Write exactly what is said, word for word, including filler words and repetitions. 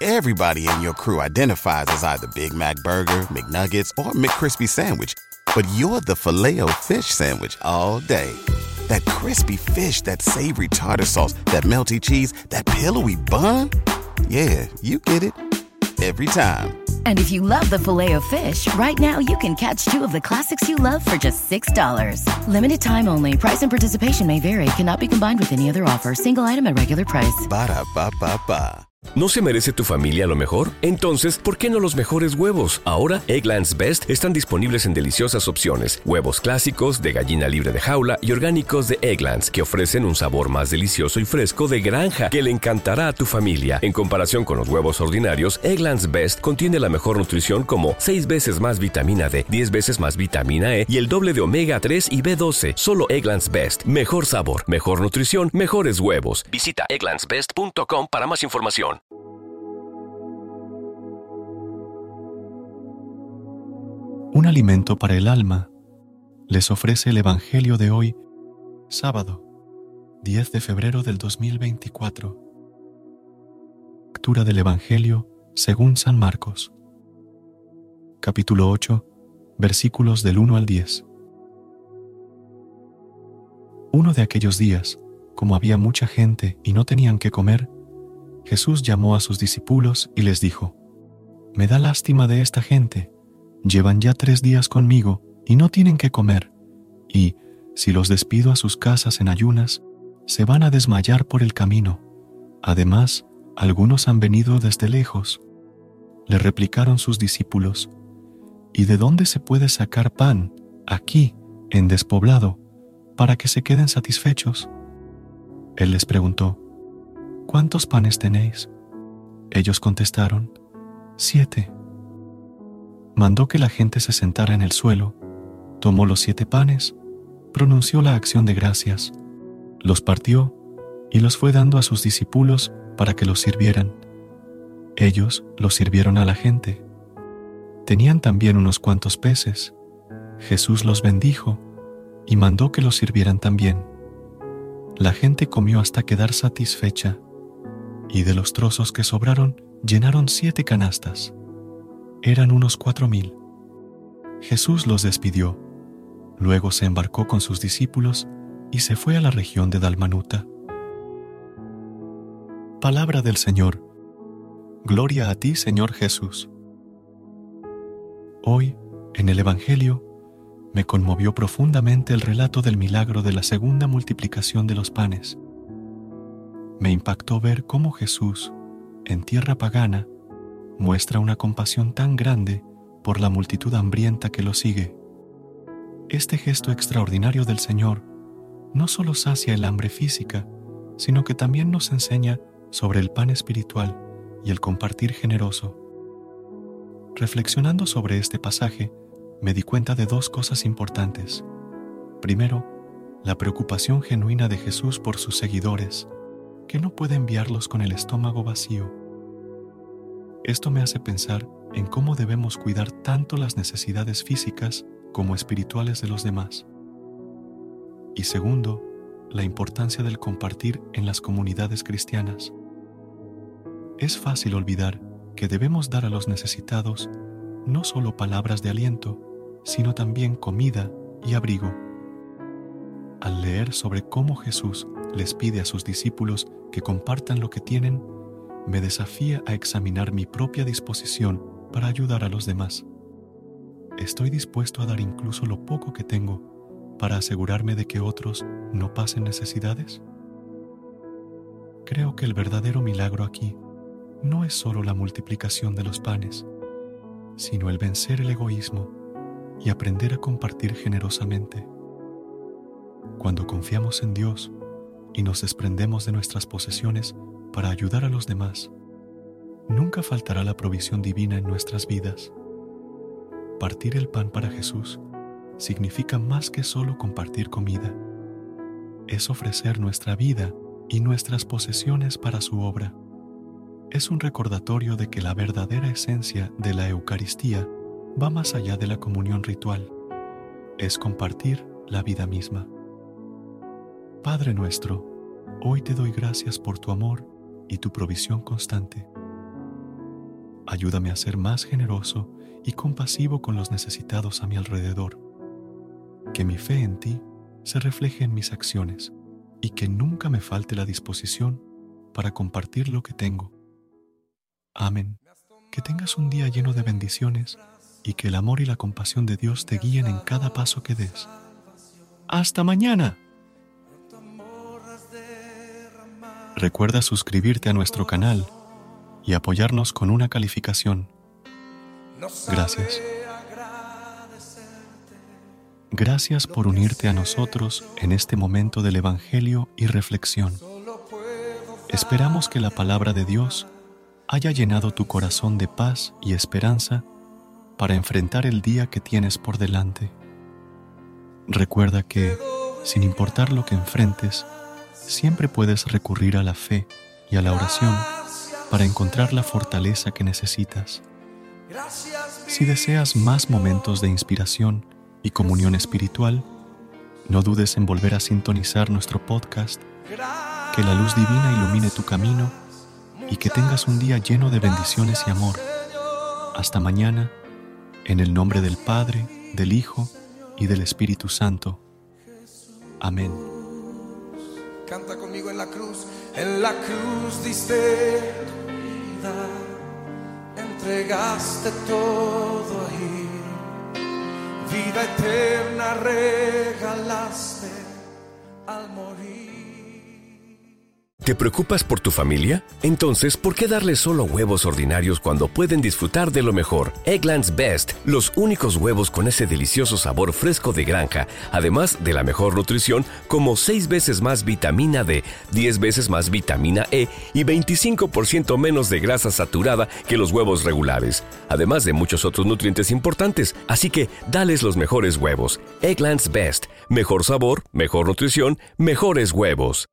Everybody in your crew identifies as either Big Mac Burger, McNuggets, or McCrispy Sandwich. But you're the Filet-O-Fish Sandwich all day. That crispy fish, that savory tartar sauce, that melty cheese, that pillowy bun. Yeah, you get it. Every time. And if you love the Filet-O-Fish, right now you can catch two of the classics you love for just six dollars. Limited time only. Price and participation may vary. Cannot be combined with any other offer. Single item at regular price. Ba-da-ba-ba-ba. ¿No se merece tu familia lo mejor? Entonces, ¿por qué no los mejores huevos? Ahora, Eggland's Best están disponibles en deliciosas opciones. Huevos clásicos, de gallina libre de jaula y orgánicos de Eggland's, que ofrecen un sabor más delicioso y fresco de granja que le encantará a tu familia. En comparación con los huevos ordinarios, Eggland's Best contiene la mejor nutrición como seis veces más vitamina D, diez veces más vitamina E y el doble de omega tres y B doce. Solo Eggland's Best. Mejor sabor, mejor nutrición, mejores huevos. Visita egglands best punto com para más información. Un alimento para el alma les ofrece el Evangelio de hoy, sábado, diez de febrero del dos mil veinticuatro. Lectura del Evangelio según San Marcos. Capítulo ocho, versículos del uno al diez. Uno de aquellos días, como había mucha gente y no tenían qué comer, Jesús llamó a sus discípulos y les dijo: «Me da lástima de esta gente. Llevan ya tres días conmigo y no tienen qué comer, y, si los despido a sus casas en ayunas, se van a desmayar por el camino. Además, algunos han venido desde lejos». Le replicaron sus discípulos: «¿Y de dónde se puede sacar pan, aquí, en despoblado, para que se queden satisfechos?» Él les preguntó: «¿Cuántos panes tenéis?» Ellos contestaron: «Siete». Mandó que la gente se sentara en el suelo, tomó los siete panes, pronunció la acción de gracias, los partió y los fue dando a sus discípulos para que los sirvieran. Ellos los sirvieron a la gente. Tenían también unos cuantos peces. Jesús los bendijo y mandó que los sirvieran también. La gente comió hasta quedar satisfecha, y de los trozos que sobraron llenaron siete canastas. Eran unos cuatro mil. Jesús los despidió. Luego se embarcó con sus discípulos y se fue a la región de Dalmanuta. Palabra del Señor. Gloria a ti, Señor Jesús. Hoy, en el Evangelio, me conmovió profundamente el relato del milagro de la segunda multiplicación de los panes. Me impactó ver cómo Jesús, en tierra pagana, muestra una compasión tan grande por la multitud hambrienta que lo sigue. Este gesto extraordinario del Señor no solo sacia el hambre física, sino que también nos enseña sobre el pan espiritual y el compartir generoso. Reflexionando sobre este pasaje, me di cuenta de dos cosas importantes. Primero, la preocupación genuina de Jesús por sus seguidores, que no puede enviarlos con el estómago vacío. Esto me hace pensar en cómo debemos cuidar tanto las necesidades físicas como espirituales de los demás. Y segundo, la importancia del compartir en las comunidades cristianas. Es fácil olvidar que debemos dar a los necesitados no solo palabras de aliento, sino también comida y abrigo. Al leer sobre cómo Jesús les pide a sus discípulos que compartan lo que tienen, me desafía a examinar mi propia disposición para ayudar a los demás. ¿Estoy dispuesto a dar incluso lo poco que tengo para asegurarme de que otros no pasen necesidades? Creo que el verdadero milagro aquí no es solo la multiplicación de los panes, sino el vencer el egoísmo y aprender a compartir generosamente. Cuando confiamos en Dios y nos desprendemos de nuestras posesiones para ayudar a los demás, nunca faltará la provisión divina en nuestras vidas. Partir el pan para Jesús significa más que solo compartir comida. Es ofrecer nuestra vida y nuestras posesiones para su obra. Es un recordatorio de que la verdadera esencia de la Eucaristía va más allá de la comunión ritual. Es compartir la vida misma. Padre nuestro, hoy te doy gracias por tu amor y tu provisión constante. ayúdame a ser más generoso y compasivo con los necesitados a mi alrededor. Que mi fe en ti se refleje en mis acciones y que nunca me falte la disposición para compartir lo que tengo. Amén. Que tengas un día lleno de bendiciones y que el amor y la compasión de Dios te guíen en cada paso que des. ¡Hasta mañana! Recuerda suscribirte a nuestro canal y apoyarnos con una calificación. Gracias. Gracias por unirte a nosotros en este momento del Evangelio y reflexión. Esperamos que la palabra de Dios haya llenado tu corazón de paz y esperanza para enfrentar el día que tienes por delante. Recuerda que, sin importar lo que enfrentes, siempre puedes recurrir a la fe y a la oración para encontrar la fortaleza que necesitas. Si deseas más momentos de inspiración y comunión espiritual, no dudes en volver a sintonizar nuestro podcast. Que la luz divina ilumine tu camino y que tengas un día lleno de bendiciones y amor. Hasta mañana, en el nombre del Padre, del Hijo y del Espíritu Santo. Amén. Canta conmigo: en la cruz, en la cruz diste tu vida, entregaste todo ahí, vida eterna regalaste al morir. ¿Te preocupas por tu familia? Entonces, ¿por qué darles solo huevos ordinarios cuando pueden disfrutar de lo mejor? Eggland's Best, los únicos huevos con ese delicioso sabor fresco de granja, además de la mejor nutrición, como seis veces más vitamina D, diez veces más vitamina E y veinticinco por ciento menos de grasa saturada que los huevos regulares, además de muchos otros nutrientes importantes. Así que, dales los mejores huevos. Eggland's Best, mejor sabor, mejor nutrición, mejores huevos.